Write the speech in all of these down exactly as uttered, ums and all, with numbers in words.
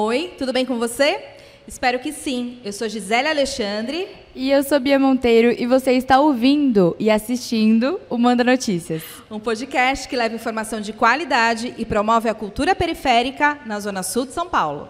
Oi, tudo bem com você? Espero que sim. Eu sou Gisele Alexandre. E eu sou Bia Monteiro e você está ouvindo e assistindo o Manda Notícias. Um podcast que leva informação de qualidade e promove a cultura periférica na Zona Sul de São Paulo.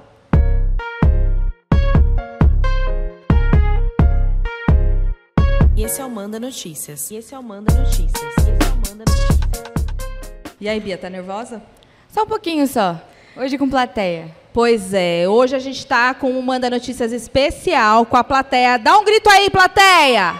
E esse é o Manda Notícias. E esse é o Manda Notícias. E esse é o Manda Notícias. E aí, Bia, tá nervosa? Só um pouquinho só. Hoje com plateia. Pois é, hoje a gente está com um Manda Notícias especial com a plateia. Dá um grito aí, plateia!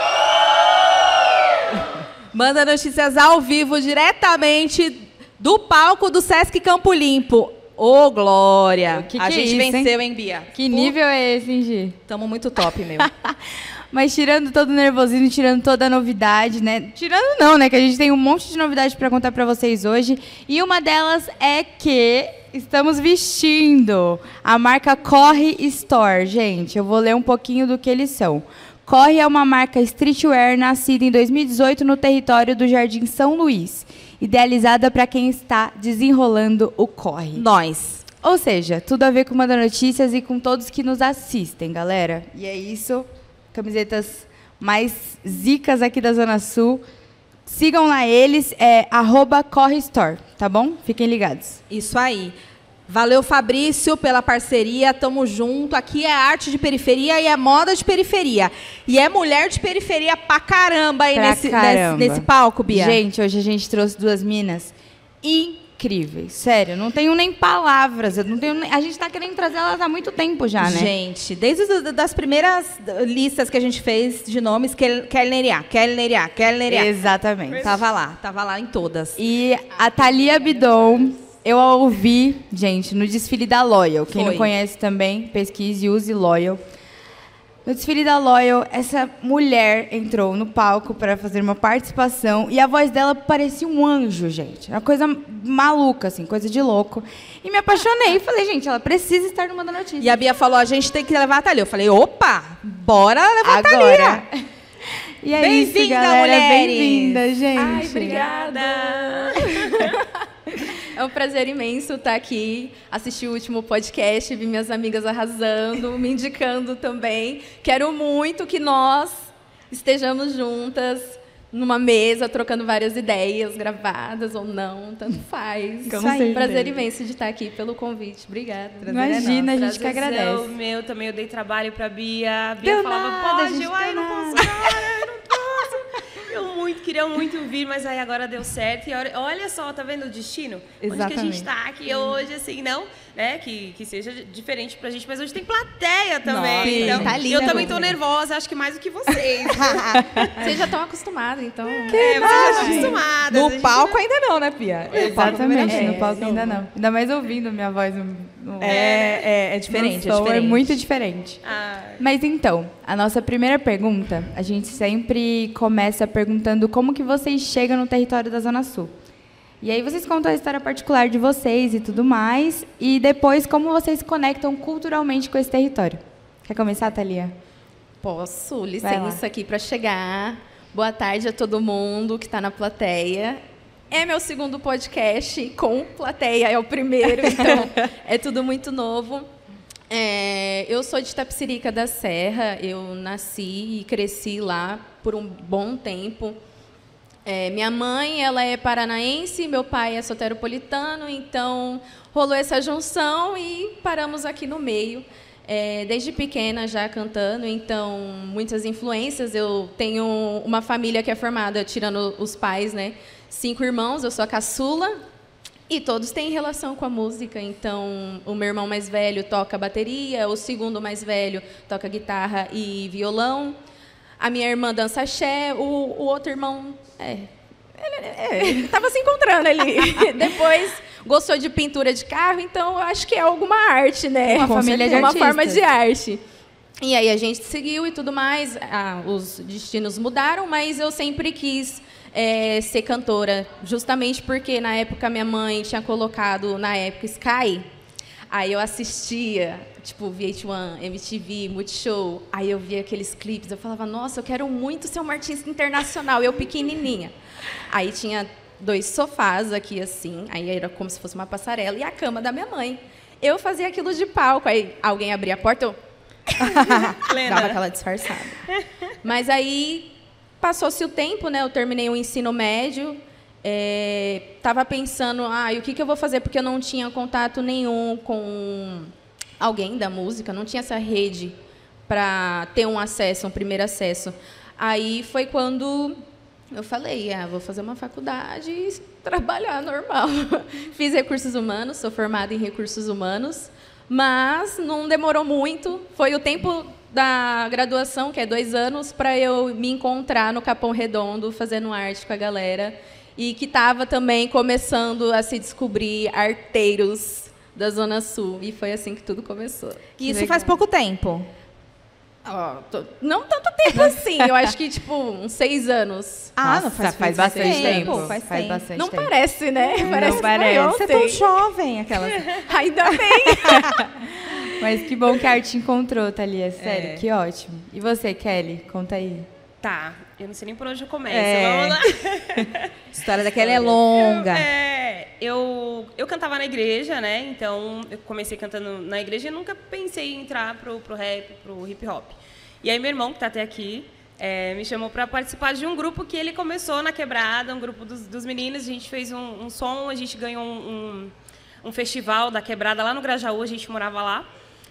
Manda Notícias ao vivo, diretamente do palco do Sesc Campo Limpo. Ô, oh, Glória! Que que a é gente isso, venceu, hein, hein Bia? Que nível é esse, hein, Gi? Tamo muito top, meu. Mas tirando todo o nervosismo, tirando toda a novidade, né? Tirando não, né? Que a gente tem um monte de novidade para contar para vocês hoje. E uma delas é que estamos vestindo a marca Corre Store. Gente, eu vou ler um pouquinho do que eles são. Corre é uma marca streetwear nascida em dois mil e dezoito no território do Jardim São Luís. Idealizada para quem está desenrolando o corre. Nós. Ou seja, tudo a ver com Manda Notícias e com todos que nos assistem, galera. E é isso. Camisetas mais zicas aqui da Zona Sul. Sigam lá eles, é arroba Corre Store, tá bom? Fiquem ligados. Isso aí. Valeu, Fabrício, pela parceria. Tamo junto. Aqui é arte de periferia e é moda de periferia. E é mulher de periferia pra caramba aí pra nesse, caramba. Nesse, nesse palco, Bia. Gente, hoje a gente trouxe duas minas incríveis. Sério, não tenho nem palavras. Eu não tenho nem... A gente tá querendo trazer elas há muito tempo já, né? Gente, desde as das primeiras listas que a gente fez de nomes, Kelly Neriá, Kelly Neriá, Kelly Neriá. Exatamente. Tava lá, tava lá em todas. E a Thalia Bidon, eu a ouvi, gente, no desfile da Loyal. Quem Foi. não conhece também, pesquise e use Loyal. No desfile da Loyal, essa mulher entrou no palco para fazer uma participação e a voz dela parecia um anjo, gente. Uma coisa maluca, assim, coisa de louco. E me apaixonei e falei, gente, ela precisa estar no Manda Notícias. E a Bia falou, a gente tem que levar a Thalia. Eu falei, opa, bora levar Agora. a Thalia. E é Bem-vinda, isso, galera. mulheres. Bem-vinda, gente. Ai, obrigada. É um prazer imenso estar aqui, assistir o último podcast, vi minhas amigas arrasando, me indicando também. Quero muito que nós estejamos juntas numa mesa, trocando várias ideias, gravadas ou não, tanto faz. Com certeza. Prazer imenso de estar aqui pelo convite. Obrigada. Imagina, a gente que Prazerzão agradece. meu, também eu dei trabalho pra Bia. A Bia Deu falava, nada, pode, gente, eu ai, deu não nada. posso, cara, eu não posso. Eu muito, queria muito vir, mas aí agora deu certo. E olha, olha só, tá vendo o destino? Onde que a Exatamente. gente tá aqui hoje, assim, não, né, que, que seja diferente pra gente, mas hoje tem plateia também. Nossa, então, tá linda, eu também né? tô nervosa, acho que mais do que vocês. Vocês já estão acostumados, então... É, vocês já estão acostumadas. a No gente palco ainda não, né, Bia? Exatamente, É, no palco ainda não. Ainda mais ouvindo a minha voz no, no, É, é, é diferente, no é som, diferente. é muito diferente. Ai. Mas então, a nossa primeira pergunta, a gente sempre começa perguntando como que vocês chegam no território da Zona Sul. E aí vocês contam a história particular de vocês e tudo mais, e depois como vocês se conectam culturalmente com esse território. Quer começar, Thalia? Posso? Vai Licença lá. aqui para chegar. Boa tarde a todo mundo que está na plateia. É meu segundo podcast com plateia, é o primeiro, então é tudo muito novo. É, eu sou de Itapecerica da Serra, eu nasci e cresci lá por um bom tempo. É, minha mãe, ela é paranaense, meu pai é soteropolitano, então rolou essa junção e paramos aqui no meio. É, desde pequena já cantando, então muitas influências. Eu tenho uma família que é formada, tirando os pais, né? Cinco irmãos, eu sou a caçula e todos têm relação com a música. Então o meu irmão mais velho toca bateria, o segundo mais velho toca guitarra e violão. A minha irmã dança axé, o, o outro irmão é, estava se encontrando ali. Depois gostou de pintura de carro, então eu acho que é alguma arte, né? Uma família de uma artistas. forma de arte. E aí a gente seguiu e tudo mais. Ah, os destinos mudaram, mas eu sempre quis é, ser cantora, justamente porque na época minha mãe tinha colocado na época Sky. Aí eu assistia, tipo, V H um, M T V, Multishow. Aí eu via aqueles clipes, eu falava, nossa, eu quero muito ser uma artista internacional. Eu pequenininha. Aí tinha dois sofás aqui, assim. Aí era como se fosse uma passarela. E a cama da minha mãe. eu fazia aquilo de palco. Aí alguém abria a porta, eu dava aquela disfarçada. Mas aí passou-se o tempo, né? Eu terminei o ensino médio. Estava é, pensando, ah, e o que, que eu vou fazer? Porque eu não tinha contato nenhum com alguém da música, não tinha essa rede para ter um acesso, um primeiro acesso. Aí foi quando eu falei, ah, vou fazer uma faculdade e trabalhar normal. Fiz recursos humanos, sou formada em recursos humanos, mas não demorou muito. Foi o tempo da graduação, que é dois anos, para eu me encontrar no Capão Redondo, fazendo arte com a galera. E que estava também começando a se descobrir arteiros da Zona Sul. E foi assim que tudo começou. E isso faz pouco tempo? Oh, tô, não tanto tempo assim. Eu acho que, tipo, uns seis anos. Ah, Nossa, não faz, faz bastante tempo. tempo. Faz, faz tempo. bastante não tempo. Parece, né? Não parece que parece. foi ontem. Você é tão jovem, aquelas. Ainda bem. Mas que bom que a arte encontrou, Thalia. Sério, É. que ótimo. E você, Kelly? Conta aí. Tá, eu não sei nem por onde eu começo. É. Vamos lá. A história daquela é longa. É, eu, eu cantava na igreja, né? Então, eu comecei cantando na igreja e nunca pensei em entrar pro, pro rap, pro hip hop. E aí, meu irmão, que está até aqui, é, me chamou para participar de um grupo que ele começou na Quebrada, um grupo dos, dos meninos. A gente fez um, um som, a gente ganhou um, um, um festival da Quebrada lá no Grajaú, a gente morava lá.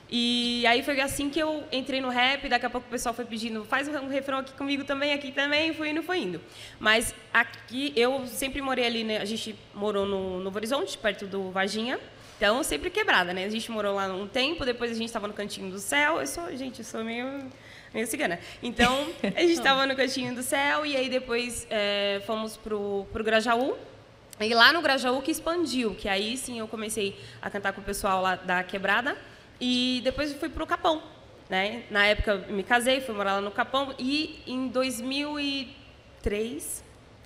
E aí foi assim que eu entrei no rap, daqui a pouco o pessoal foi pedindo, faz um refrão aqui comigo também, aqui também, fui indo, foi indo. Mas aqui, eu sempre morei ali, né? A gente morou no Novo Horizonte, perto do Varginha, então sempre Quebrada, né? A gente morou lá um tempo, depois a gente estava no Cantinho do Céu, eu sou, gente, eu sou meio, meio cigana. Então, a gente estava no Cantinho do Céu e aí depois é, fomos pro, pro Grajaú. E lá no Grajaú que expandiu, que aí sim eu comecei a cantar com o pessoal lá da Quebrada. E depois eu fui para o Capão, né? Na época eu me casei, fui morar lá no Capão e em dois mil e três,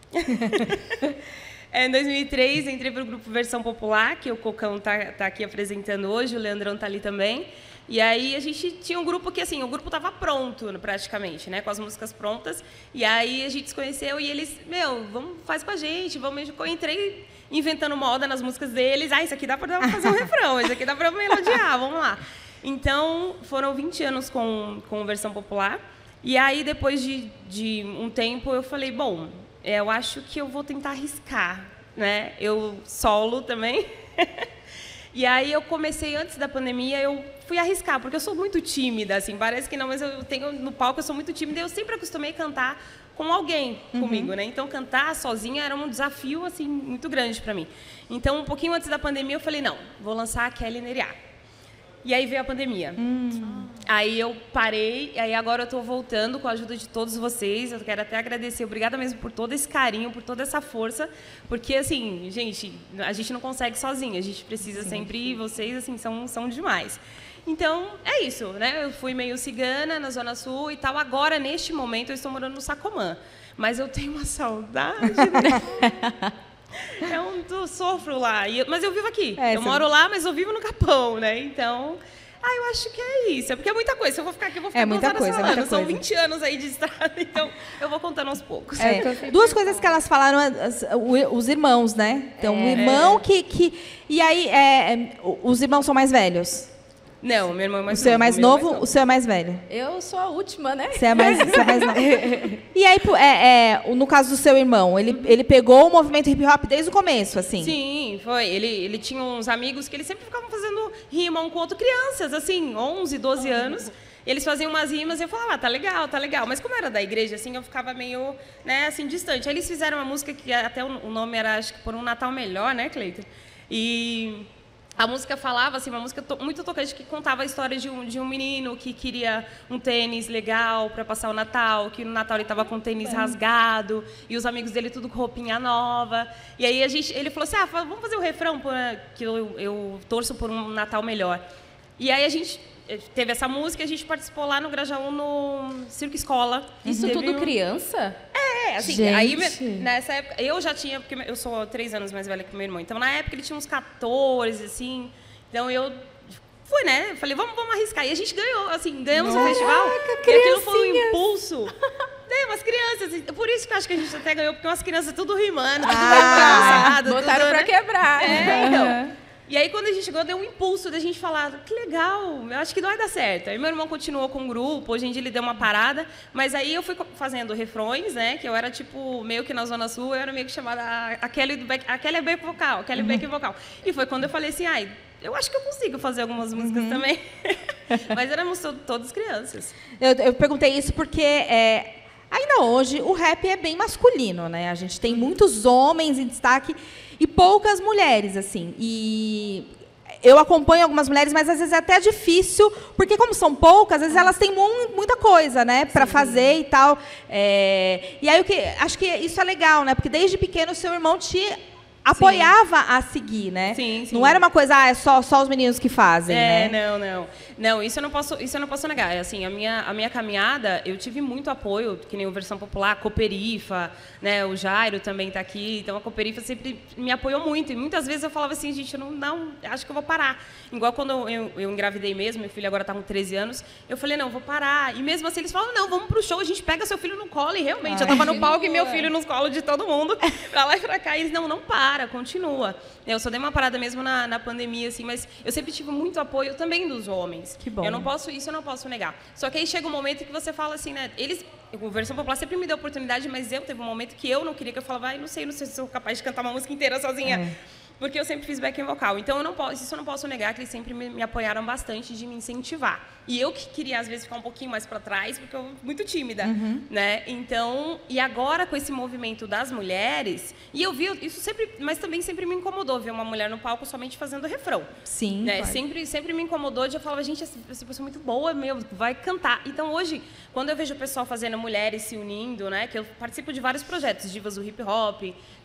é, em dois mil e três entrei para o grupo Versão Popular, que o Cocão tá, tá aqui apresentando hoje, o Leandrão tá ali também. E aí a gente tinha um grupo que assim, o grupo estava pronto praticamente, né? Com as músicas prontas. E aí a gente se conheceu e eles, meu, vamos, faz com a gente, vamos. Eu entrei inventando moda nas músicas deles. Ah, isso aqui dá para fazer um refrão, isso aqui dá para melodiar, vamos lá. Então, foram vinte anos com, com Versão Popular. E aí, depois de, de um tempo, eu falei, bom, eu acho que eu vou tentar arriscar, né? Eu solo também. E aí, eu comecei, antes da pandemia, eu fui arriscar, porque eu sou muito tímida, assim, parece que não, mas eu tenho, no palco eu sou muito tímida, e eu sempre acostumei a cantar com alguém comigo, uhum. né? Então, cantar sozinha era um desafio, assim, muito grande para mim. Então, um pouquinho antes da pandemia, eu falei, não, vou lançar a Kelly Neriá. E aí veio a pandemia. Hum. Aí eu parei, e aí agora eu estou voltando com a ajuda de todos vocês. Eu quero até agradecer, obrigada mesmo por todo esse carinho, por toda essa força, porque, assim, gente, a gente não consegue sozinha, a gente precisa sim, sempre ir, vocês, assim, são, são demais. Então, é isso, né? Eu fui meio cigana na Zona Sul e tal. Agora, neste momento, eu estou morando no Sacomã. Mas eu tenho uma saudade, né? É um, eu sofro lá. E eu, mas eu vivo aqui. É, eu moro lá, mas eu vivo no Capão, né? Então, ah, eu acho que é isso. É porque é muita coisa. Se eu vou ficar aqui, eu vou ficar é muita duas coisa, horas falando. é muita São coisa. vinte anos aí de estrada, então eu vou contando aos poucos. É, duas coisas que elas falaram, as, os irmãos, né? Então, o é, irmão que, que... E aí, é, os irmãos são mais velhos? Não, meu irmão é mais novo. O seu é mais novo, novo, o seu é mais velho? Eu sou a última, né? Você é mais, você é mais nova. E aí, é, é, no caso do seu irmão, ele, ele pegou o movimento hip hop desde o começo, assim? Sim, foi. Ele, ele tinha uns amigos que eles sempre ficavam fazendo rima um com outro, crianças, assim, onze, doze anos. Eles faziam umas rimas e eu falava, ah, tá legal, tá legal. Mas como era da igreja, assim, eu ficava meio, né, assim, distante. Aí eles fizeram uma música que até o nome era, acho que, Por um Natal Melhor, né, Cleiton? E... a música falava, assim, uma música to muito tocante que contava a história de um, de um menino que queria um tênis legal para passar o Natal, que no Natal ele estava com o tênis rasgado e os amigos dele tudo com roupinha nova. E aí a gente, ele falou assim, ah, vamos fazer o refrão que eu, eu torço por um Natal melhor. E aí a gente teve essa música e a gente participou lá no Grajaú, no Circo Escola. Isso tudo um... criança? É, assim, gente. aí nessa época, eu já tinha, porque eu sou três anos mais velha que meu irmão, então na época ele tinha uns quatorze, assim, então eu fui, né, falei, vamos, vamos arriscar, e a gente ganhou, assim, ganhamos o festival, e aquilo foi um impulso. Né, umas crianças, por isso que eu acho que a gente até ganhou, porque umas crianças tudo rimando, tudo ah, dançado, botaram tudo, pra né? quebrar. É, então. E aí, quando a gente chegou, deu um impulso da gente falar, que legal, eu acho que não vai dar certo. Aí meu irmão continuou com o grupo, hoje em dia ele deu uma parada, mas aí eu fui fazendo refrões, né, que eu era, tipo, meio que na Zona Sul, eu era meio que chamada a Kelly, do back, a Kelly é back vocal, a Kelly uhum. back vocal. E foi quando eu falei assim, ai, eu acho que eu consigo fazer algumas músicas uhum. também. Mas éramos to todas crianças. Eu, eu perguntei isso porque... É... Ainda hoje, o rap é bem masculino, né? A gente tem muitos homens em destaque e poucas mulheres, assim. E eu acompanho algumas mulheres, mas às vezes é até difícil, porque como são poucas, às vezes elas têm mu muita coisa, né, para fazer e tal. É... E aí o que acho que isso é legal, né? Porque desde pequeno o seu irmão te apoiava sim. a seguir, né? Sim, sim. Não era uma coisa, ah, é só, só os meninos que fazem, é, né? Não, não. Não, isso eu não posso, isso eu não posso negar. Assim, a minha, a minha caminhada, eu tive muito apoio, que nem o Versão Popular, a Cooperifa, né? O Jairo também está aqui, então a Cooperifa sempre me apoiou muito. E muitas vezes eu falava assim, gente, eu não, não acho que eu vou parar. Igual quando eu, eu, eu engravidei mesmo, meu filho agora está com treze anos, eu falei, não, vou parar. E mesmo assim eles falam, não, vamos pro show, a gente pega seu filho no colo. E realmente, Ai, eu estava no palco e meu filho nos colos de todo mundo, para lá e para cá. E eles, não, não para, continua. Eu só dei uma parada mesmo na, na pandemia, assim, mas eu sempre tive muito apoio também dos homens. Que bom. Eu não posso, isso eu não posso negar. Só que aí chega um momento que você fala assim, né? Eles, o Versão Popular sempre me deu oportunidade, mas eu teve um momento que eu não queria, que eu falava, ai, não sei, não sei se sou capaz de cantar uma música inteira sozinha. É. Porque eu sempre fiz backing vocal. Então, eu não posso, isso eu não posso negar, que eles sempre me, me apoiaram bastante de me incentivar. E eu que queria, às vezes, ficar um pouquinho mais para trás, porque eu muito tímida, uhum. né? Então, e agora, com esse movimento das mulheres, e eu vi isso sempre, mas também sempre me incomodou ver uma mulher no palco somente fazendo refrão. Sim. Né? Sempre, sempre me incomodou, de eu falava, gente, essa pessoa é muito boa, meu, vai cantar. Então, hoje, quando eu vejo o pessoal fazendo mulheres se unindo, né? Que eu participo de vários projetos, Divas do Hip Hop,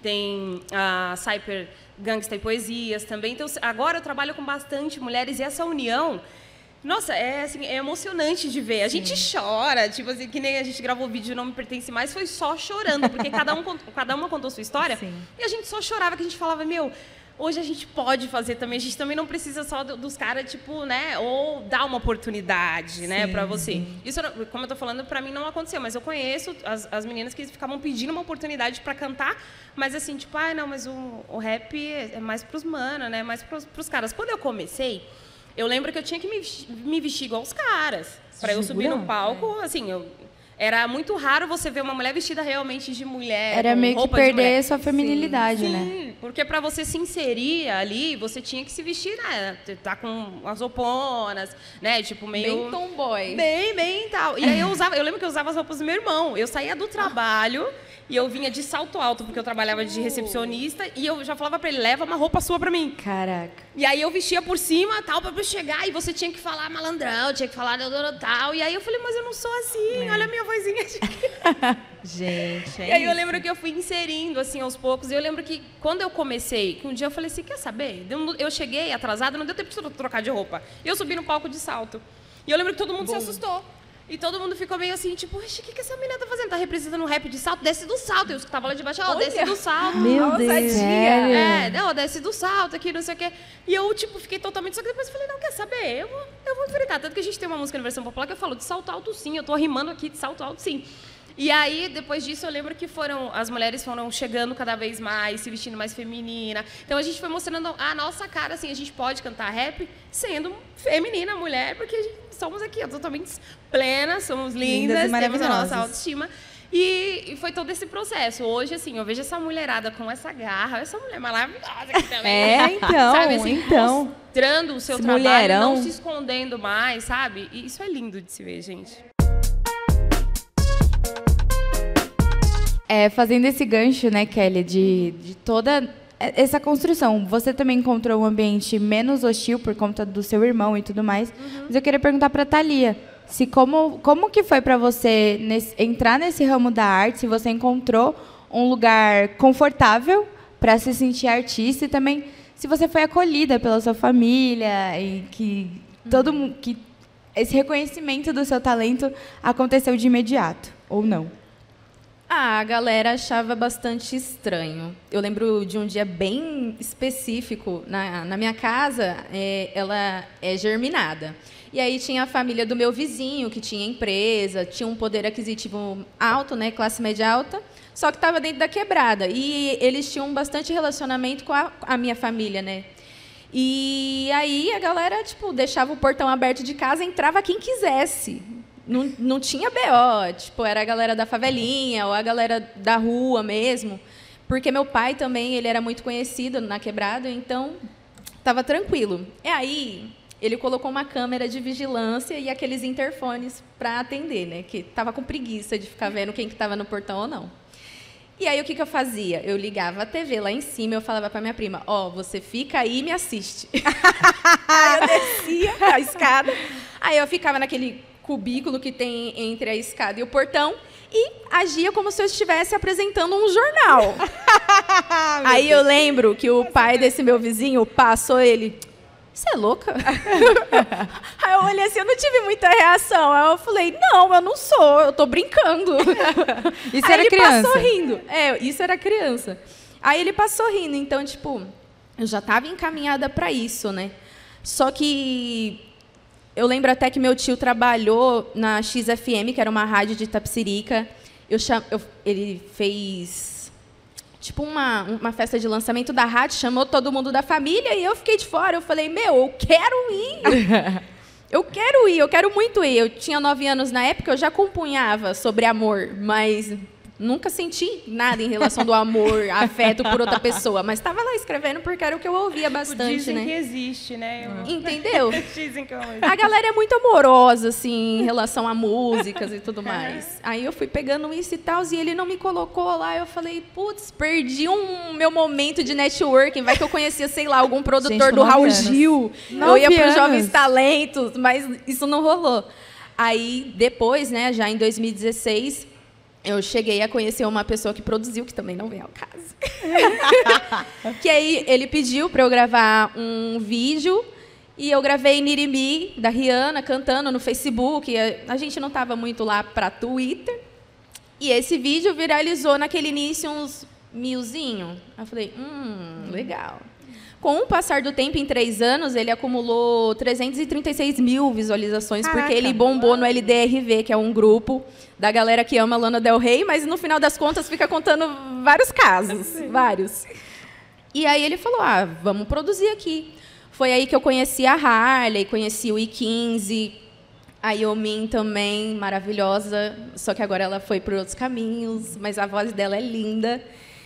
tem a Cyper Gangsta e Poesias também. Então, agora eu trabalho com bastante mulheres e essa união, nossa, é, assim, é emocionante de ver. A Sim. gente chora, tipo assim, que nem a gente gravou o vídeo Não Me Pertence Mais, foi só chorando, porque cada, um, cada uma contou sua história Sim. e a gente só chorava, que a gente falava, meu... Hoje a gente pode fazer também, a gente também não precisa só dos caras, tipo, né, ou dar uma oportunidade, né, para você. Sim. Isso, como eu tô falando, para mim não aconteceu, mas eu conheço as, as meninas que ficavam pedindo uma oportunidade para cantar, mas assim, tipo, ah, não, mas o, o rap é mais pros manos, né, mais pros, pros caras. Quando eu comecei, eu lembro que eu tinha que me, me vestir igual os caras, para eu subir no palco, é. assim, eu... Era muito raro você ver uma mulher vestida realmente de mulher. Era meio que perder sua feminilidade, Sim. né? Sim, porque para você se inserir ali, você tinha que se vestir, né? Tá com as rouponas, né? Tipo, meio... Bem tomboy. Bem, bem tal. E aí eu usava... Eu lembro que eu usava as roupas do meu irmão. Eu saía do trabalho... E eu vinha de salto alto, porque eu trabalhava de recepcionista, e eu já falava pra ele, leva uma roupa sua pra mim. Caraca. E aí eu vestia por cima, tal, pra eu chegar, e você tinha que falar malandrão, tinha que falar tal. E aí eu falei, mas eu não sou assim, é. olha a minha vozinha de... Gente, é E aí isso. eu lembro que eu fui inserindo, assim, aos poucos, e eu lembro que quando eu comecei, que um dia eu falei assim, quer saber? Eu cheguei atrasada, não deu tempo de trocar de roupa. E eu subi no palco de salto. E eu lembro que todo mundo Bom. se assustou. E todo mundo ficou meio assim, tipo, o que, que essa menina tá fazendo? Tá representando um rap de salto? Desce do salto. Eu escutava lá de baixo, ó, oh, desce do salto. Meu Deus, sério? É, não, desce do salto aqui, não sei o quê. E eu, tipo, fiquei totalmente... Só que depois eu falei, não, quer saber? Eu vou, eu vou enfrentar. Tanto que a gente tem uma música na Versão Popular que eu falo de salto alto sim. Eu tô rimando aqui de salto alto sim. E aí, depois disso, eu lembro que foram, as mulheres foram chegando cada vez mais, se vestindo mais feminina. Então, a gente foi mostrando a nossa cara, assim, a gente pode cantar rap sendo feminina, mulher, porque a gente, somos aqui ó, totalmente plenas, somos lindas, lindas temos a nossa autoestima. E, e foi todo esse processo. Hoje, assim, eu vejo essa mulherada com essa garra, essa mulher maravilhosa aqui também. É, então, sabe, assim, então. mostrando o seu esse trabalho, mulherão. não se escondendo mais, sabe? E isso é lindo de se ver, gente. É, fazendo esse gancho, né, Kelly, de, de toda essa construção, você também encontrou um ambiente menos hostil por conta do seu irmão e tudo mais, uhum. mas eu queria perguntar para a Thalia, se como, como que foi para você nesse, entrar nesse ramo da arte, se você encontrou um lugar confortável para se sentir artista e também se você foi acolhida pela sua família e que, uhum. todo, que esse reconhecimento do seu talento aconteceu de imediato, ou não? Ah, a galera achava bastante estranho. Eu lembro de um dia bem específico. Na, na minha casa, é, ela é germinada. E aí tinha a família do meu vizinho, que tinha empresa, tinha um poder aquisitivo alto, né, classe média alta, só que estava dentro da quebrada. E eles tinham bastante relacionamento com a, a minha família, né? E aí a galera, tipo, deixava o portão aberto de casa, entrava quem quisesse. Não, não tinha B O, tipo, era a galera da favelinha ou a galera da rua mesmo. Porque meu pai também, ele era muito conhecido na quebrada, então estava tranquilo. E aí ele colocou uma câmera de vigilância e aqueles interfones para atender, né? Que estava com preguiça de ficar vendo quem que estava no portão ou não. E aí o que, que eu fazia? Eu ligava a T V lá em cima e eu falava para minha prima, ó, oh, você fica aí e me assiste. Aí eu descia a escada, aí eu ficava naquele cubículo que tem entre a escada e o portão e agia como se eu estivesse apresentando um jornal. Aí eu lembro que o pai desse meu vizinho passou ele... Você é louca? Aí eu olhei assim, eu não tive muita reação. Aí eu falei, não, eu não sou, eu tô brincando. Isso Aí era ele criança? passou rindo. É, isso era criança. Aí ele passou rindo, então, tipo, eu já estava encaminhada para isso, né? Só que eu lembro até que meu tio trabalhou na X F M, que era uma rádio de Itapecerica. Eu cham... eu... Ele fez... tipo uma, uma festa de lançamento da rádio, chamou todo mundo da família e eu fiquei de fora. Eu falei, meu, eu quero ir. Eu quero ir, eu quero muito ir. Eu tinha nove anos na época, eu já compunhava sobre amor, mas nunca senti nada em relação do amor, afeto por outra pessoa. Mas estava lá escrevendo porque era o que eu ouvia bastante, Dizem né? que existe, né? Eu... Entendeu? Dizem que eu... A galera é muito amorosa, assim, em relação a músicas e tudo mais. Aí eu fui pegando isso e tal, e ele não me colocou lá. Eu falei, putz, perdi um meu momento de networking. Vai que eu conhecia, sei lá, algum produtor Gente, do Raul anos. Gil. Nove Eu ia para os anos. Jovens Talentos, mas isso não rolou. Aí, depois, né, já em dois mil e dezesseis, eu cheguei a conhecer uma pessoa que produziu, que também não vem ao caso. Que aí ele pediu para eu gravar um vídeo. E eu gravei Nirimi, da Rihanna, cantando no Facebook. A gente não estava muito lá para Twitter. E esse vídeo viralizou naquele início uns milzinho. Eu falei, hum, legal. Com o passar do tempo, em três anos, ele acumulou trezentos e trinta e seis mil visualizações, Caraca. porque ele bombou no L D R V, que é um grupo da galera que ama Lana Del Rey, mas no final das contas fica contando vários casos, vários. E aí ele falou, ah, vamos produzir aqui. Foi aí que eu conheci a Harley, conheci o I quinze, a Yomin também, maravilhosa, só que agora ela foi por outros caminhos, mas a voz dela é linda.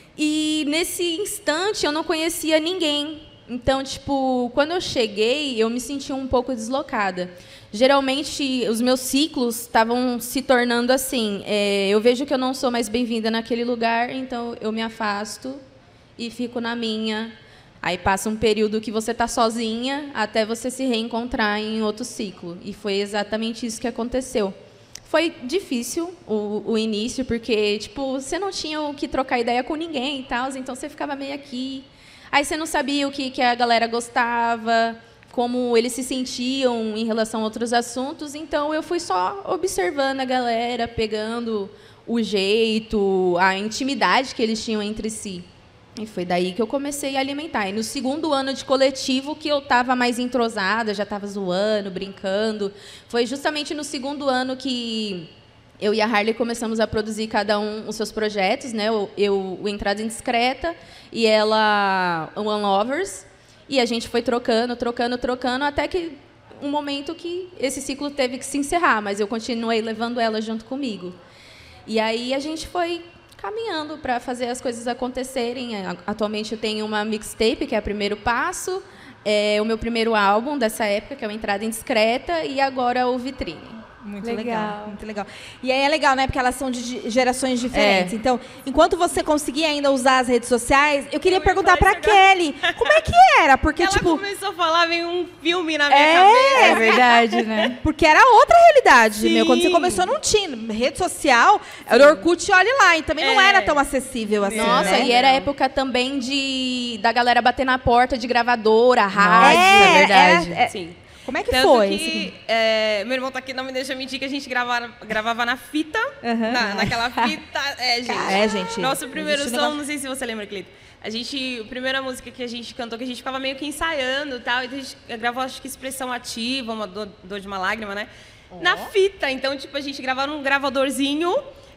E nesse instante eu não conhecia ninguém. Então, tipo, quando eu cheguei, eu me senti um pouco deslocada. Geralmente, os meus ciclos estavam se tornando assim. É, eu vejo que eu não sou mais bem-vinda naquele lugar, então eu me afasto e fico na minha. Aí passa um período que você está sozinha até você se reencontrar em outro ciclo. E foi exatamente isso que aconteceu. Foi difícil o, o início, porque tipo, você não tinha o que trocar ideia com ninguém e tal, então você ficava meio aqui. Aí você não sabia o que, que a galera gostava, como eles se sentiam em relação a outros assuntos, então eu fui só observando a galera, pegando o jeito, a intimidade que eles tinham entre si. E foi daí que eu comecei a alimentar. E no segundo ano de coletivo que eu estava mais entrosada, já estava zoando, brincando. Foi justamente no segundo ano que eu e a Harley começamos a produzir cada um os seus projetos, né? Eu, eu o Entrada Indiscreta e ela One Lovers. E a gente foi trocando, trocando, trocando, até que um momento que esse ciclo teve que se encerrar, mas eu continuei levando ela junto comigo. E aí a gente foi caminhando para fazer as coisas acontecerem. Atualmente eu tenho uma mixtape, que é o primeiro passo, é o meu primeiro álbum dessa época, que é o Entrada Indiscreta, e agora o Vitrine. Muito Legal. legal. muito legal. E aí é legal, né? Porque elas são de gerações diferentes. É. Então, enquanto você conseguia ainda usar as redes sociais, eu queria eu perguntar pra Kelly, como é que era? Porque, ela tipo... começou a falar, veio um filme na minha é, cabeça. É verdade, né? Porque era outra realidade, Sim. meu. Quando você começou, não tinha. Rede social, era Orkut, olhe lá. E também é. não era tão acessível assim, Nossa, né? e era época também de da galera bater na porta de gravadora, rádio. É, é verdade. Era, é, Sim. Como é que Tanto foi? que é, meu irmão tá aqui, não me deixa mentir, que a gente gravava, gravava na fita, Uhum. na, naquela fita. É, gente. É, gente. Nosso primeiro som, negócio... não sei se você lembra, Cleito. A gente, a primeira música que a gente cantou, que a gente ficava meio que ensaiando e tal, e a gente gravou, acho que Expressão Ativa, uma dor, dor de uma lágrima, né? Oh. Na fita. Então, tipo, a gente gravava num gravadorzinho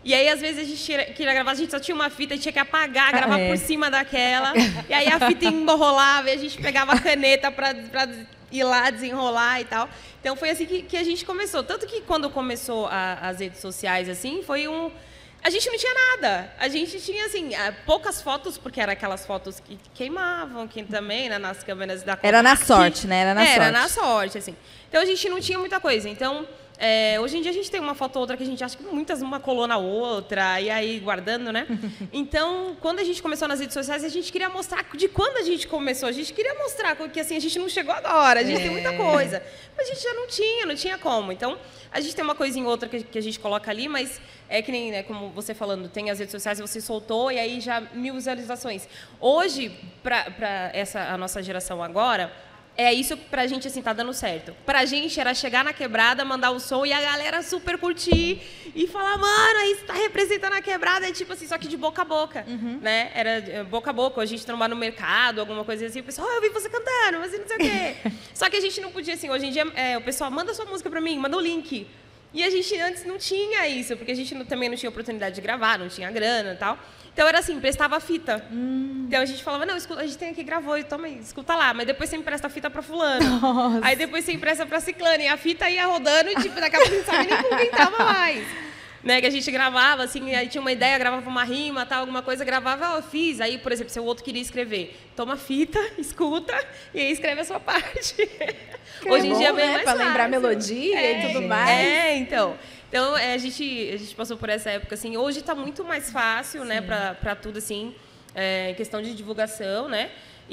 E aí, às vezes, a gente queria gravar, a gente só tinha uma fita, a gente tinha que apagar, gravar é. por cima daquela. E aí a fita embolava e a gente pegava a caneta para ir lá desenrolar e tal. Então foi assim que, que a gente começou. Tanto que quando começou a, as redes sociais, assim, foi um... A gente não tinha nada. A gente tinha, assim, poucas fotos, porque eram aquelas fotos que queimavam, que também, né, nas câmeras da Kodak. Era na sorte, né? Era na Era sorte. Era na sorte, assim. Então a gente não tinha muita coisa. Então... É, hoje em dia a gente tem uma foto ou outra que a gente acha que muitas uma colou na outra, e aí guardando, né? Então, quando a gente começou nas redes sociais, a gente queria mostrar de quando a gente começou. A gente queria mostrar que assim, a gente não chegou agora, a gente é. tem muita coisa. Mas a gente já não tinha, não tinha como. Então, a gente tem uma coisinha ou outra que, que a gente coloca ali, mas é que nem, né, como você falando, tem as redes sociais, você soltou e aí já mil visualizações. Hoje, para essa a nossa geração agora... É isso que pra gente, assim, tá dando certo. Pra gente era chegar na quebrada, mandar o som e a galera super curtir e falar, mano, aí você tá representando a quebrada. É tipo assim, só que de boca a boca, uhum. né? Era boca a boca. A gente trombar no mercado, alguma coisa assim. O pessoal, oh, eu vi você cantando, mas não sei o quê. Só que a gente não podia, assim, hoje em dia, é, o pessoal, manda sua música pra mim, manda o link. E a gente antes não tinha isso, porque a gente não, também não tinha oportunidade de gravar, não tinha grana e tal. Então era assim, prestava a fita. Hum. Então a gente falava, não, escuta, a gente tem aqui, gravou, toma aí, escuta lá. Mas depois você empresta a fita pra fulano. Nossa. Aí depois você empresta pra ciclano. E a fita ia rodando e tipo, daqui a pouco não sabe nem com quem tava mais. Né, que a gente gravava, assim, aí tinha uma ideia, gravava uma rima, tal, alguma coisa, gravava, ó, eu fiz. Aí, por exemplo, se o outro queria escrever, toma a fita, escuta e aí escreve a sua parte. Que Hoje em dia é bem mais fácil. Pra lembrar melodia é, e tudo mais. É, então... Então, é, a, gente, a gente passou por essa época, assim, hoje está muito mais fácil, Sim. né, para tudo, assim, é, questão de divulgação, né,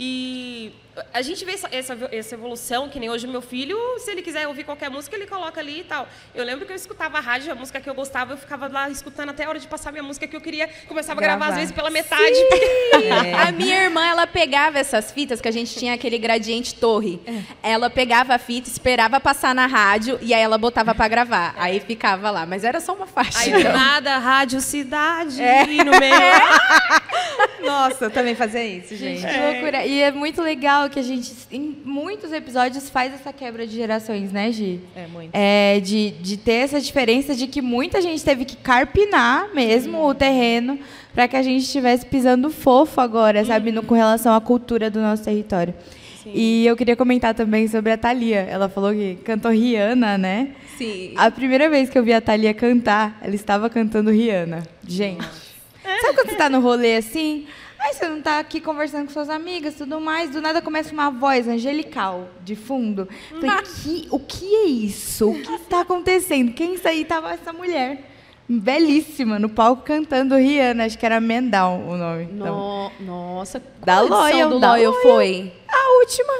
e a gente vê essa, essa, essa evolução, que nem hoje o meu filho, se ele quiser ouvir qualquer música, ele coloca ali e tal. Eu lembro que eu escutava a rádio, a música que eu gostava, eu ficava lá escutando até a hora de passar a minha música que eu queria, começava Gravar. a gravar às vezes pela metade. Porque... É. A minha irmã, ela pegava essas fitas, que a gente tinha aquele gradiente torre, é. ela pegava a fita, esperava passar na rádio e aí ela botava pra gravar, é. aí ficava lá, mas era só uma faixa. Aí do nada, rádio cidade, é. no meio. Nossa, eu também fazia isso, gente. Que loucura. E é muito legal que a gente, em muitos episódios, faz essa quebra de gerações, né, Gi? É, muito. É, de, de ter essa diferença de que muita gente teve que carpinar mesmo hum. o terreno para que a gente estivesse pisando fofo agora, hum. sabe, no, com relação à cultura do nosso território. Sim. E eu queria comentar também sobre a Thalia. Ela falou que cantou Rihanna, né? Sim. A primeira vez que eu vi a Thalia cantar, ela estava cantando Rihanna. Gente... Sabe quando você tá no rolê assim? Aí você não tá aqui conversando com suas amigas e tudo mais, do nada começa uma voz angelical de fundo. Falei, que, o que é isso? O que está acontecendo? Quem isso aí? Tava essa mulher, belíssima, no palco cantando Rihanna, acho que era Man Down o nome. No, então, nossa, da Loyal, do da Loyal foi? A última.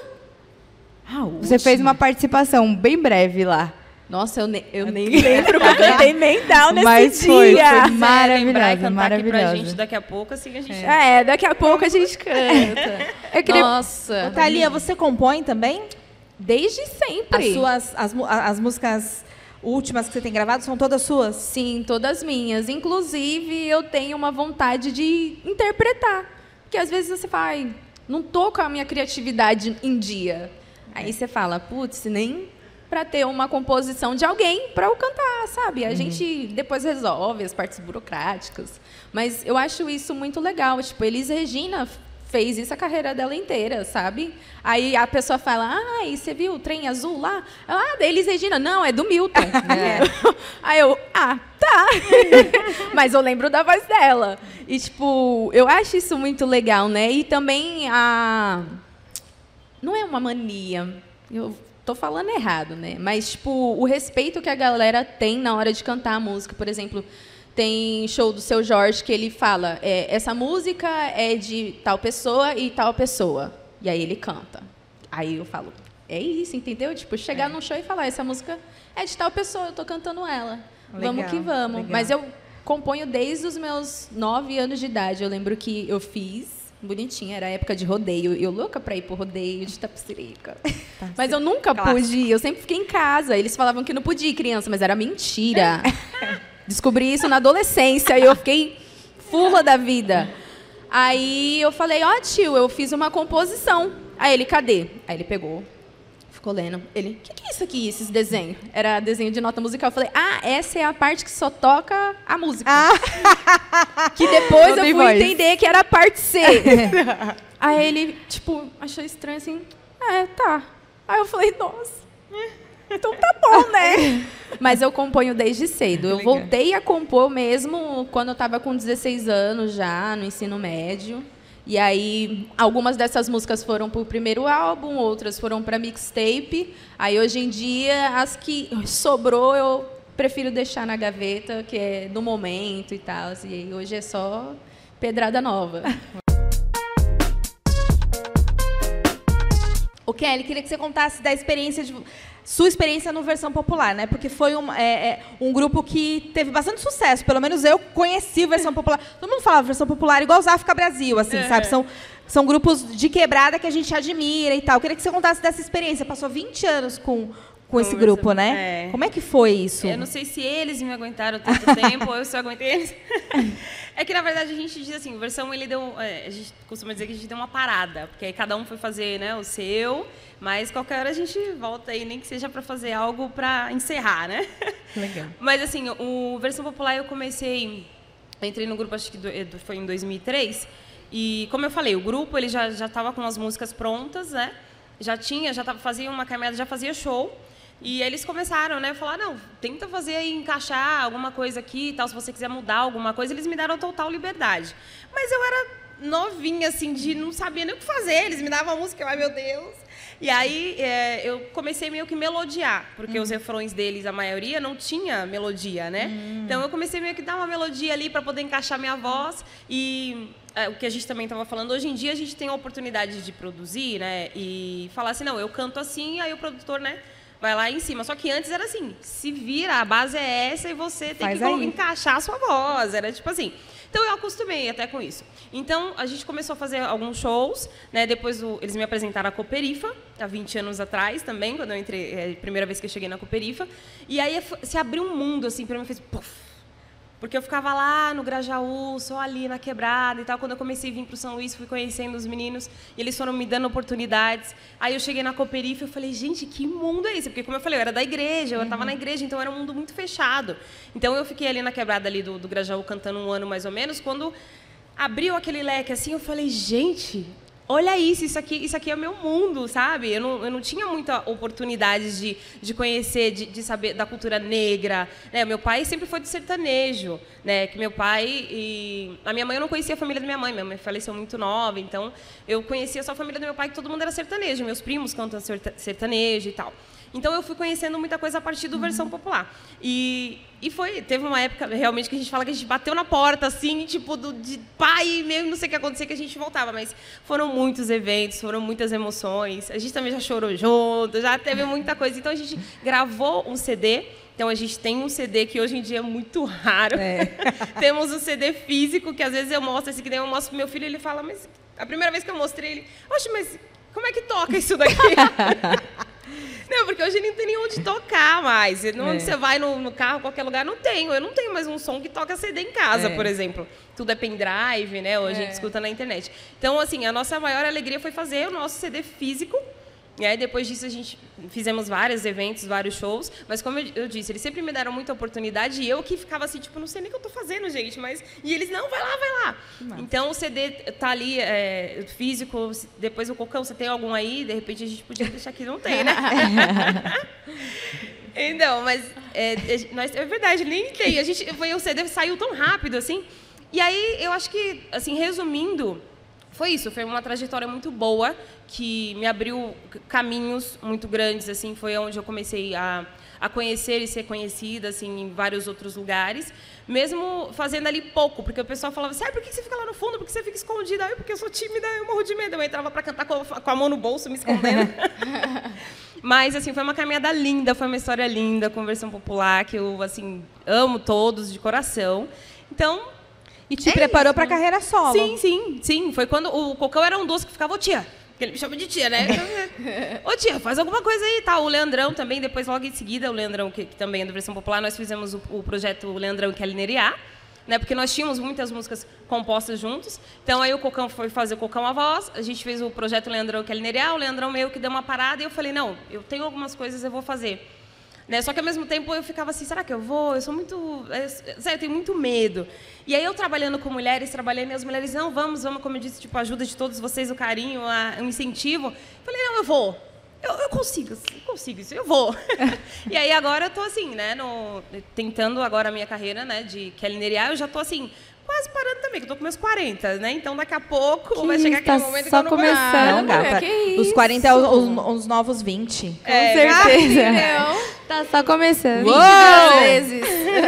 a última. Você fez uma participação bem breve lá. Nossa, eu, ne eu nem lembro, porque eu cantei Man Down nesse Mas dia. Foi, foi maravilhosa, lembrar e cantar maravilhosa. Aqui pra gente daqui a pouco, assim a gente... É, é daqui a pouco a gente canta. Eu queria... Nossa. Ô, Thalia, você compõe também? Desde sempre. As suas, as, as músicas últimas que você tem gravado são todas suas? Sim, todas minhas. Inclusive, eu tenho uma vontade de interpretar. Porque às vezes você fala, não tô com a minha criatividade em dia. Aí você fala, putz, nem... para ter uma composição de alguém para eu cantar, sabe? A uhum. gente depois resolve as partes burocráticas. Mas eu acho isso muito legal. Tipo, Elis Regina fez isso a carreira dela inteira, sabe? Aí a pessoa fala, ah, e você viu o trem azul lá? Ah, da Elis Regina. Não, é do Milton. É. Aí eu, ah, tá. Mas eu lembro da voz dela. E, tipo, eu acho isso muito legal, né? E também a... Não é uma mania. Eu... Tô falando errado, né? Mas, tipo, o respeito que a galera tem na hora de cantar a música. Por exemplo, tem show do Seu Jorge que ele fala, é, essa música é de tal pessoa e tal pessoa. E aí ele canta. Aí eu falo, é isso, entendeu? Tipo, chegar é. num show e falar, essa música é de tal pessoa, eu tô cantando ela. Legal, vamos que vamos. Legal. Mas eu componho desde os meus nove anos de idade. Eu lembro que eu fiz... Bonitinha, era a época de rodeio. Eu louca pra ir pro rodeio de Itapecerica. Tá, mas eu nunca clássico. pude ir, eu sempre fiquei em casa. Eles falavam que não podia ir criança, mas era mentira. Descobri isso na adolescência e eu fiquei fula da vida. Aí eu falei, ó, oh, tio, eu fiz uma composição. Aí ele, cadê? Aí ele pegou, ficou lendo. Ele, o que, que é isso aqui, esses desenhos? Era desenho de nota musical. Eu falei, ah, essa é a parte que só toca a música. Ah. Que depois eu fui voz. entender que era a parte C. Aí ele, tipo, achou estranho assim, é, tá. Aí eu falei, nossa, então tá bom, né? Mas eu componho desde cedo. Eu Legal. voltei a compor mesmo quando eu estava com dezesseis anos já, no ensino médio. E aí, algumas dessas músicas foram para o primeiro álbum, outras foram para mixtape. Aí, hoje em dia, as que sobrou, eu prefiro deixar na gaveta, que é do momento e tal. E hoje é só pedrada nova. O Kelly, queria que você contasse da experiência de sua experiência no Versão Popular, né? Porque foi um, é, é, um grupo que teve bastante sucesso. Pelo menos eu conheci o Versão Popular. Todo mundo falava Versão Popular igual os África Brasil, assim, é. sabe? São, são grupos de quebrada que a gente admira e tal. Eu queria que você contasse dessa experiência. Passou vinte anos com, com esse grupo, né? É. Como é que foi isso? Eu não sei se eles me aguentaram tanto tempo ou eu só aguentei eles. É que, na verdade, a gente diz assim, o Versão, ele deu... É, a gente costuma dizer que a gente deu uma parada, porque aí cada um foi fazer, né, o seu, mas qualquer hora a gente volta aí, nem que seja para fazer algo para encerrar, né? Legal. Mas, assim, o Versão Popular eu comecei... Eu entrei no grupo, acho que do, foi em dois mil e três, e, como eu falei, o grupo ele já já estava com as músicas prontas, né? Já tinha, já tava, fazia uma caminhada, já fazia show. E eles começaram, né, a falar, não, tenta fazer aí, encaixar alguma coisa aqui e tal, se você quiser mudar alguma coisa. Eles me deram total liberdade. Mas eu era novinha, assim, de não sabia nem o que fazer. Eles me davam a música, ai, meu Deus. E aí é, eu comecei meio que melodiar, porque uhum. os refrões deles, a maioria, não tinha melodia, né? Uhum. Então eu comecei meio que dar uma melodia ali para poder encaixar minha voz. E é, o que a gente também estava falando, hoje em dia a gente tem a oportunidade de produzir, né? E falar assim, não, eu canto assim, aí o produtor, né? Vai lá em cima. Só que antes era assim, se vira, a base é essa e você tem Faz que aí. encaixar a sua voz. Era tipo assim. Então, eu acostumei até com isso. Então, a gente começou a fazer alguns shows, né? Depois, o, eles me apresentaram a Cooperifa, há vinte anos atrás também, quando eu entrei, é a primeira vez que eu cheguei na Cooperifa. E aí, se abriu um mundo, assim, para mim, fez puff. Porque eu ficava lá no Grajaú, só ali na quebrada e tal. Quando eu comecei a vir para o São Luís, fui conhecendo os meninos e eles foram me dando oportunidades. Aí eu cheguei na Cooperifa e eu falei, gente, que mundo é esse? Porque, como eu falei, eu era da igreja, eu estava uhum. na igreja, então era um mundo muito fechado. Então eu fiquei ali na quebrada ali do, do Grajaú cantando um ano mais ou menos. Quando abriu aquele leque assim, eu falei, gente, olha isso, isso aqui, isso aqui é o meu mundo, sabe? Eu não, eu não tinha muita oportunidade de, de conhecer, de, de saber da cultura negra. Né? Meu pai sempre foi de sertanejo, né? Que meu pai e a minha mãe, eu não conhecia a família da minha mãe. Minha mãe faleceu muito nova, então eu conhecia só a família do meu pai, que todo mundo era sertanejo. Meus primos cantam sertanejo e tal. Então, eu fui conhecendo muita coisa a partir do Versão Popular. E, e foi, teve uma época, realmente, que a gente fala que a gente bateu na porta, assim, tipo, do, de pai, meio não sei o que acontecia, que a gente voltava. Mas foram muitos eventos, foram muitas emoções. A gente também já chorou junto, já teve muita coisa. Então, a gente gravou um C D. Então, a gente tem um C D que hoje em dia é muito raro. É. Temos um C D físico, que às vezes eu mostro, esse que daí eu mostro pro meu filho, ele fala, mas a primeira vez que eu mostrei, ele, oxe, mas como é que toca isso daqui? Não, porque hoje não tem nem onde tocar mais. Não, é. Você vai no, no carro, qualquer lugar, não tenho. Eu não tenho mais um som que toca C D em casa, é. por exemplo. Tudo é pendrive, né? Hoje é. a gente escuta na internet. Então, assim, a nossa maior alegria foi fazer o nosso C D físico. E aí, depois disso, a gente fizemos vários eventos, vários shows. Mas, como eu, eu disse, eles sempre me deram muita oportunidade. E eu que ficava assim, tipo, não sei nem o que eu estou fazendo, gente. Mas... E eles, não, vai lá, vai lá. Nossa. Então, o C D tá ali, é, físico. Depois, o Cocão, você tem algum aí? De repente, a gente podia deixar aqui. Não tem, né? Então, mas... É, nós, é verdade, nem tem. A gente, foi, o C D saiu tão rápido, assim. E aí, eu acho que, assim, resumindo... Foi isso, foi uma trajetória muito boa, que me abriu caminhos muito grandes, assim, foi onde eu comecei a, a conhecer e ser conhecida, assim, em vários outros lugares, mesmo fazendo ali pouco, porque o pessoal falava assim, ah, por que você fica lá no fundo, por que você fica escondida? Ah, porque eu sou tímida, eu morro de medo, eu entrava para cantar com a, com a mão no bolso, me escondendo. Mas, assim, foi uma caminhada linda, foi uma história linda, com Versão Popular, que eu, assim, amo todos de coração. Então... E te é preparou para a carreira solo. Sim, sim, sim. Foi quando o Cocão era um doce que ficava, ô tia, porque ele me chama de tia, né? Ô tia, faz alguma coisa aí, tá? O Leandrão também, depois logo em seguida, o Leandrão, que, que também é da Versão Popular, nós fizemos o, o projeto Leandrão e Kelly Neriá, né? Porque nós tínhamos muitas músicas compostas juntos. Então, aí o Cocão foi fazer o Cocão a voz, a gente fez o projeto Leandrão Kelly Nereal, o Leandrão meio que deu uma parada, e eu falei, não, eu tenho algumas coisas, eu vou fazer. Né? Só que, ao mesmo tempo, eu ficava assim, será que eu vou? Eu sou muito... Eu tenho muito medo. E aí, eu trabalhando com mulheres, trabalhando, e as mulheres, não, vamos, vamos, como eu disse, tipo, a ajuda de todos vocês, o carinho, a, o incentivo. Eu falei, não, eu vou. Eu, eu consigo, eu consigo isso, eu vou. E aí, agora, eu tô assim, né, no, tentando agora a minha carreira, né, de Kelly Nereal, eu já tô assim... Quase parando também, que eu tô com meus quarenta, né? Então, daqui a pouco que vai chegar tá aquele momento só que eu não começando, vou... Gata, que os isso? quarenta é os, os, os novos vinte. Com É, certeza. Não. Tá só começando. Às vezes.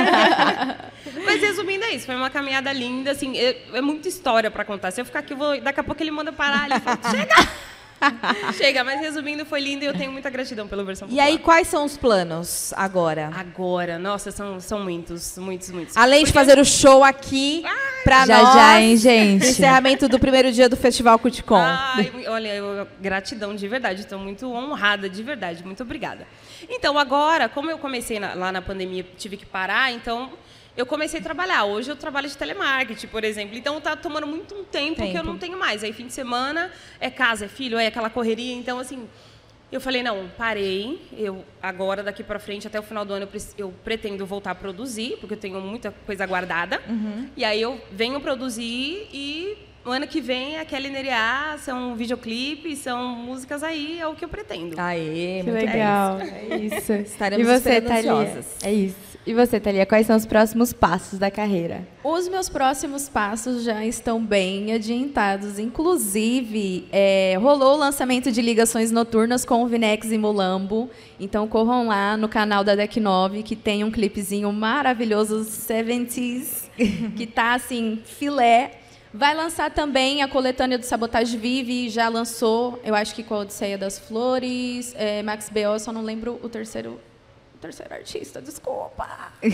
Mas, resumindo, é isso. Foi uma caminhada linda, assim, é, é muita história para contar. Se eu ficar aqui, eu vou, daqui a pouco ele manda parar, ele fala, chega! Chega, mas resumindo, foi lindo e eu tenho muita gratidão pela versão E popular. aí, quais são os planos agora? Agora, nossa, são, são muitos, muitos, muitos. Além de fazer o show aqui pra Já, nós, já, hein, gente? encerramento do primeiro dia do Festival Cuticom. Ai, olha, eu, gratidão de verdade, estou muito honrada de verdade, muito obrigada. Então, agora, como eu comecei na, lá na pandemia, tive que parar, então eu comecei a trabalhar. Hoje eu trabalho de telemarketing, por exemplo, então está tomando muito um tempo, Tempo. que eu não tenho mais. Aí, fim de semana, é casa, é filho, é aquela correria, então, assim... Eu falei, não, parei, eu agora, daqui para frente, até o final do ano, eu, pre- eu pretendo voltar a produzir, porque eu tenho muita coisa guardada. Uhum. E aí eu venho produzir e o ano que vem é Kelly Nereal, são videoclipes, são músicas aí, é o que eu pretendo. Aê, Que muito legal. É isso. Estaremos e você, esperando Thalia? ansiosas. É isso. E você, Thalia, quais são os próximos passos da carreira? Os meus próximos passos já estão bem adiantados. Inclusive, é, rolou o lançamento de Ligações Noturnas com o Vinex e Mulambo. Então, corram lá no canal da Deck nove, que tem um clipezinho maravilhoso, setenta, que tá, assim, filé. Vai lançar também a coletânea do Sabotage Vive, já lançou, eu acho que com a Odisseia das Flores, é, Max B O, só não lembro o terceiro... terceiro artista, desculpa.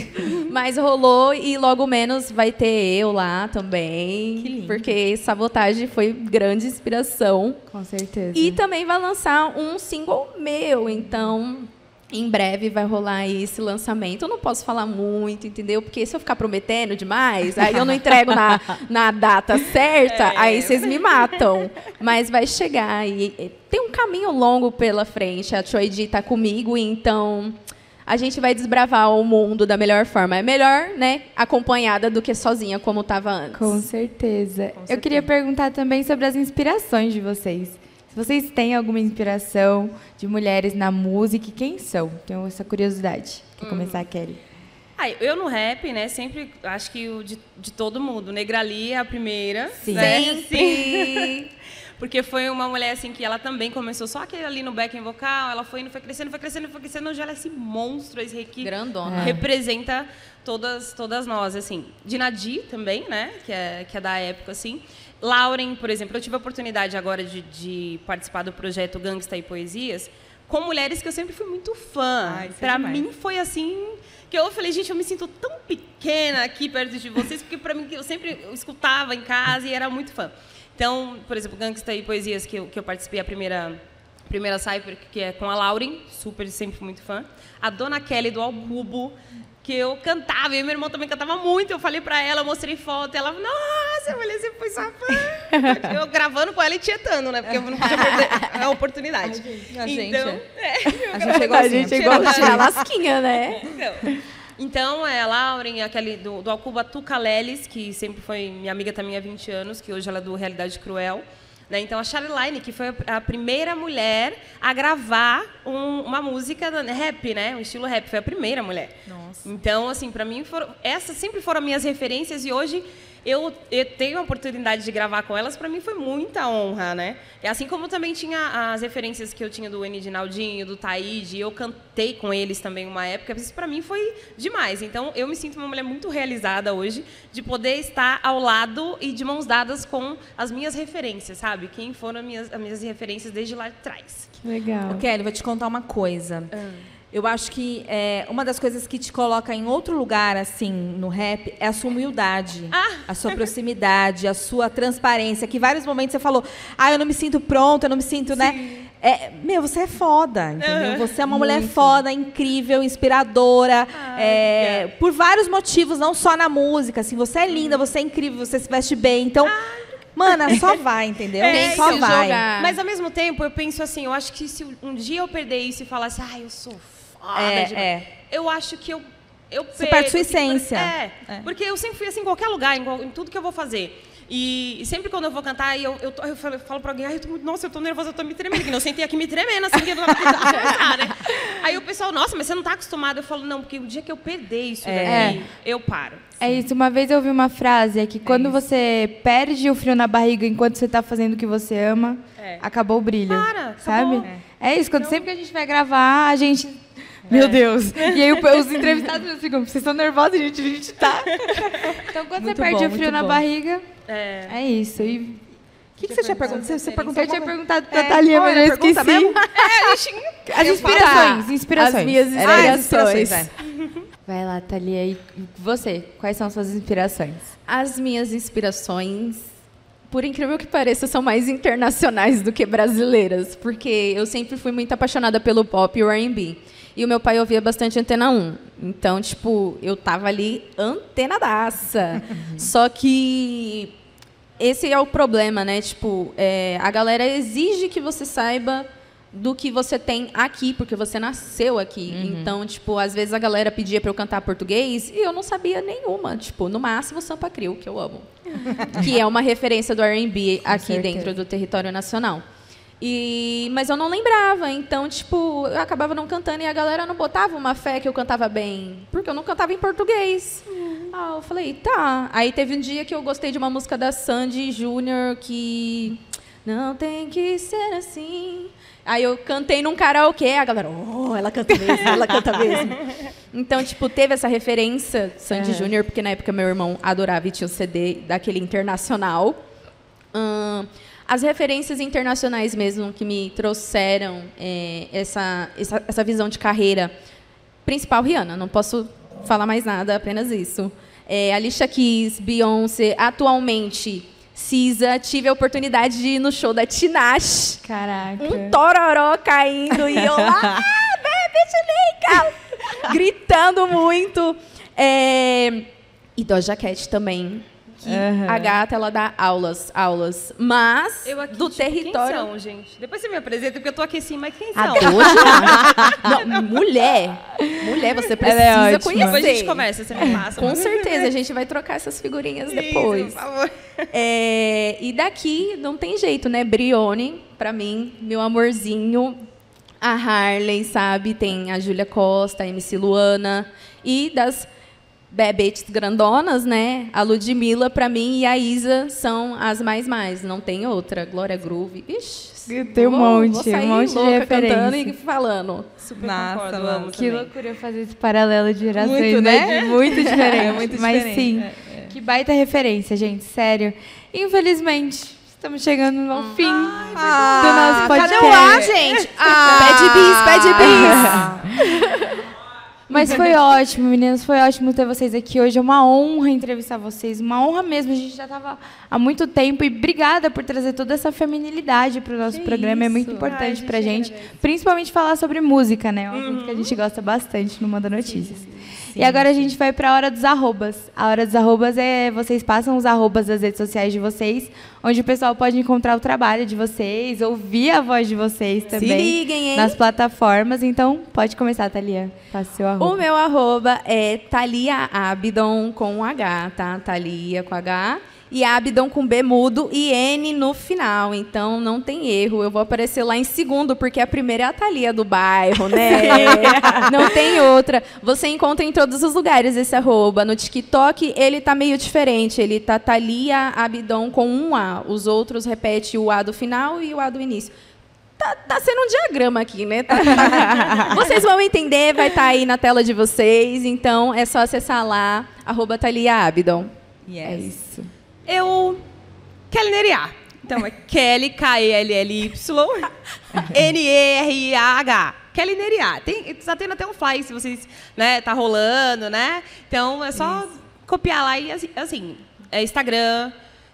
Mas rolou e logo menos vai ter eu lá também. Que lindo. Porque Sabotagem foi grande inspiração. Com certeza. E também vai lançar um single meu, então em breve vai rolar aí esse lançamento. Eu não posso falar muito, entendeu? Porque se eu ficar prometendo demais, aí eu não entrego na, na data certa, É. aí vocês me matam. Mas vai chegar e tem um caminho longo pela frente. A Troy D tá comigo, então a gente vai desbravar o mundo da melhor forma. É melhor, né, acompanhada do que sozinha, como estava antes. Com certeza. Com Eu certeza. queria perguntar também sobre as inspirações de vocês. Se vocês têm alguma inspiração de mulheres na música, e quem são? Tenho essa curiosidade. Quer começar, Kelly? Ah, eu no rap, né, sempre acho que o de, de todo mundo. Negrali é a primeira. Sim. Né? Sempre. Porque foi uma mulher assim que ela também começou só aquele ali no backing vocal, ela foi indo, foi crescendo, foi crescendo, foi crescendo, hoje ela é esse monstro, esse que Grandona. representa todas, todas nós, assim. Dinadi também, né, que é, que é da época, assim. Lauren, por exemplo, eu tive a oportunidade agora de, de participar do projeto Gangsta e Poesias com mulheres que eu sempre fui muito fã. Ai, isso é Pra demais. mim foi assim que eu falei, gente, eu me sinto tão pequena aqui perto de vocês, porque pra mim eu sempre escutava em casa e era muito fã. Então, por exemplo, Gangsta e Poesias, que eu, que eu participei, a primeira, primeira cypher, que é com a Lauren, super, sempre fui muito fã. A Dona Kelly, do Alcubo, que eu cantava, e meu irmão também cantava muito. Eu falei pra ela, eu mostrei foto, e ela, nossa, eu falei, você foi sua fã. Eu gravando com ela e tietando, né? Porque eu não podia perder a oportunidade. A gente, então, é, a gente chegou assim. gente chegou chegou assim. Tirar lasquinha, né? então, então, é a Lauren, aquele do, do Alcuba Tuca Leles, que sempre foi minha amiga também há vinte anos, que hoje ela é do Realidade Cruel. Né? Então, a Charline, que foi a, a primeira mulher a gravar um, uma música rap, né? Um estilo rap, foi a primeira mulher. Nossa. Então, assim, para mim, foram, essas sempre foram minhas referências e hoje eu, eu tenho a oportunidade de gravar com elas, para mim foi muita honra, né? E assim como também tinha as referências que eu tinha do N de Naldinho, do Taíde, eu cantei com eles também uma época, isso para mim foi demais. Então, eu me sinto uma mulher muito realizada hoje de poder estar ao lado e de mãos dadas com as minhas referências, sabe? Quem foram as minhas, as minhas referências desde lá de trás. Legal. Ô, Kelly, vou te contar uma coisa. Eu acho que é, uma das coisas que te coloca em outro lugar, assim, no rap, é a sua humildade, Ah! a sua proximidade, a sua transparência. Que em vários momentos você falou, ah, eu não me sinto pronta, eu não me sinto, né? É, meu, você é foda, entendeu? Uhum. Você é uma mulher foda, incrível, inspiradora. Ah, é, obrigada. por vários motivos, não só na música. Assim, você é linda, você é incrível, você se veste bem. Então, mana, só vai, entendeu? É, só se vai. jogar. Mas ao mesmo tempo, eu penso assim, eu acho que se um dia eu perder isso e falar assim, ah, eu sou foda É, demais", é. eu acho que eu eu Você perco, perde sua assim, por- essência. É, É. porque eu sempre fui assim em qualquer lugar, em, qual- em tudo que eu vou fazer. E, e sempre quando eu vou cantar, eu, eu, tô- eu falo, eu falo pra alguém, ai, eu tô muito, nossa, eu tô nervosa, eu tô me tremendo, que eu sentei aqui me tremendo, assim, que eu não tava tentando conversar, né? Aí o pessoal, nossa, mas você não tá acostumado. Eu falo, não, porque o dia que eu perder isso É. daqui, eu paro. É isso. Uma vez eu ouvi uma frase, é que quando você perde o frio na barriga enquanto você tá fazendo o que você ama, É. acabou o brilho. Para, sabe? acabou. É, isso. Quando sempre que a gente vai gravar, a gente... Meu Deus. E aí o- os entrevistados ficam, vocês estão nervosos, gente? A gente tá. Então, quando Muito você perde bom, o frio muito na bom. barriga, É. é isso. E O que, que você tinha perguntado? Você, você perguntou eu tinha alguma- perguntado pra É, Thalia, qual mas era eu a pergunta esqueci. mesmo? As inspirações, inspirações. As minhas Era as inspirações. inspirações, é. Vai lá, Thalia. E você, quais são suas inspirações? As minhas inspirações, por incrível que pareça, são mais internacionais do que brasileiras, porque eu sempre fui muito apaixonada pelo pop e o R and B. E o meu pai ouvia bastante Antena um. Então, tipo, eu tava ali antenadaça. Só que esse é o problema, né? Tipo, é, a galera exige que você saiba do que você tem aqui, porque você nasceu aqui. Então, tipo, às vezes a galera pedia para eu cantar português e eu não sabia nenhuma. Tipo, no máximo Sampa Crio, que eu amo. Que é uma referência do R and B aqui certeza. dentro do território nacional. E, mas eu não lembrava, então, tipo, eu acabava não cantando e a galera não botava uma fé que eu cantava bem, porque eu não cantava em português. Ah, eu falei, tá. Aí teve um dia que eu gostei de uma música da Sandy Júnior que não tem que ser assim. Aí eu cantei num karaokê, a galera, oh, ela canta mesmo, ela canta mesmo. Então, tipo, teve essa referência, Sandy Júnior, porque na época meu irmão adorava e tinha o C D daquele internacional. Ahn, as referências internacionais mesmo que me trouxeram é, essa, essa, essa visão de carreira, principal Rihanna, não posso falar mais nada, apenas isso. É, Alicia Keys, Beyoncé, atualmente Cisa, tive a oportunidade de ir no show da Tinashe, Caraca. um tororó caindo e eu lá, ah, baby, Tchulica! Gritando muito. É, e Doja Cat também. Que Aham. a gata, ela dá aulas, aulas. Mas, Eu aqui, do tipo, território... Quem são, gente? Depois você me apresenta, porque eu tô aqui assim, mas quem A são? Doja? Não, mulher. Mulher, você precisa Ela é ótima. conhecer. Depois a gente conversa, você me passa. Com certeza, a gente vai trocar essas figurinhas depois. Isso, por favor. É, e daqui não tem jeito, né? Brione, pra mim, meu amorzinho. A Harley, sabe? Tem a Júlia Costa, a M C Luana. E das bebetes grandonas, né? A Ludmilla, pra mim, e a Isa são as mais mais. Não tem outra. Glória Groove. Ixi, Tem um vou- monte, vou sair um monte de louca cantando referência. e falando. Super Nossa, concordo, mano, amo Que também. loucura fazer esse paralelo de gerações, Muito, né? né? De muito diferente. É muito Mas diferente, sim, é, que baita referência, gente, sério. Infelizmente, estamos chegando ao fim Ah, do nosso podcast. cadê o ar, gente? Ah, Pede bis, pede bis. Mas foi ótimo, meninas, foi ótimo ter vocês aqui hoje. É uma honra entrevistar vocês, uma honra mesmo. A gente já estava há muito tempo e obrigada por trazer toda essa feminilidade para o nosso Que programa. É muito isso. importante Ai, a gente para a gente, agradece. principalmente falar sobre música, né? É um assunto que a gente gosta bastante no Manda Notícias. E agora a gente vai para a hora dos arrobas. A hora dos arrobas é vocês passam os arrobas das redes sociais de vocês, onde o pessoal pode encontrar o trabalho de vocês, ouvir a voz de vocês também. Se liguem, hein? Nas plataformas. Então, pode começar, Thalia. Faça seu arroba. O meu arroba é Thalia Abdon com H, tá? Thalia com H. E Abdon com B mudo e N no final. Então, não tem erro. Eu vou aparecer lá em segundo, porque a primeira é a Thalia do bairro, né? Não tem outra. Você encontra em todos os lugares esse arroba. No TikTok, ele tá meio diferente. Ele tá Thalia Abdon com um A. Os outros repete o A do final e o A do início. Tá, tá sendo um diagrama aqui, né? Tá- tá- Vocês vão entender, vai estar aí na tela de vocês. Então, é só acessar lá, arroba Thalia Abdon. É isso. Eu... Kelly Neriá. Então, é Kelly, K E L L Y, N E R I A H. Kelly Neriá. Tem, está tendo até um fly, se vocês... Né, tá rolando, né? Então, é só copiar lá e, assim, assim, é Instagram,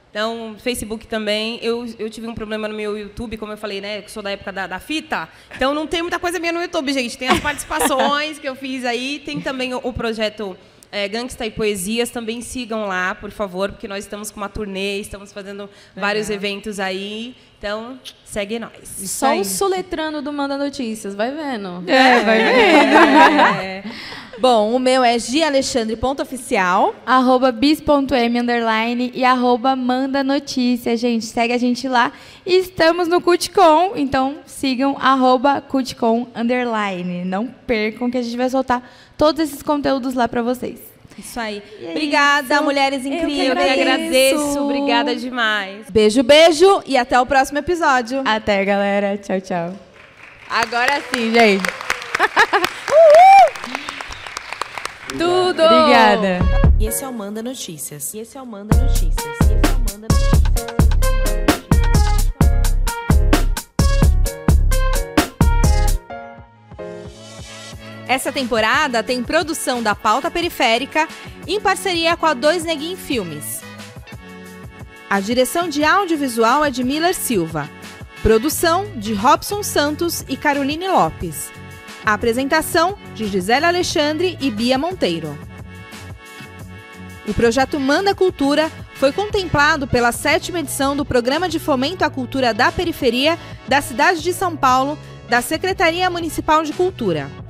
Então, Facebook também. Eu, eu tive um problema no meu YouTube, como eu falei, né? Que sou da época da, da fita. Então, não tem muita coisa minha no YouTube, gente. Tem as participações que eu fiz aí. Tem também o, o projeto é, Gangsta e Poesias. Também sigam lá, por favor, porque nós estamos com uma turnê, estamos fazendo Legal. vários eventos aí. Então, segue nós. Só o soletrando do Manda Notícias, vai vendo. É, vai vendo. É. Bom, o meu é gialexandre.oficial. Arroba bis.m underline e arroba manda notícia, gente. Segue a gente lá. E estamos no Cuticom, então sigam arroba Cuticom underline. Não percam que a gente vai soltar todos esses conteúdos lá pra vocês. Isso aí. É Obrigada, isso. mulheres incríveis. Eu que agradeço. Obrigada demais. Beijo, beijo e até o próximo episódio. Até, galera. Tchau, tchau. Agora sim, gente. Tudo! Obrigada. E esse é o Manda Notícias. E esse é o Manda Notícias. E esse é o Manda Notícias. Essa temporada tem produção da Pauta Periférica em parceria com a Dois Neguinho Filmes. A direção de audiovisual é de Miller Silva. Produção de Robson Santos e Caroline Lopes. A apresentação de Gisele Alexandre e Bia Monteiro. O projeto Manda Cultura foi contemplado pela sétima edição do Programa de Fomento à Cultura da Periferia da cidade de São Paulo, da Secretaria Municipal de Cultura.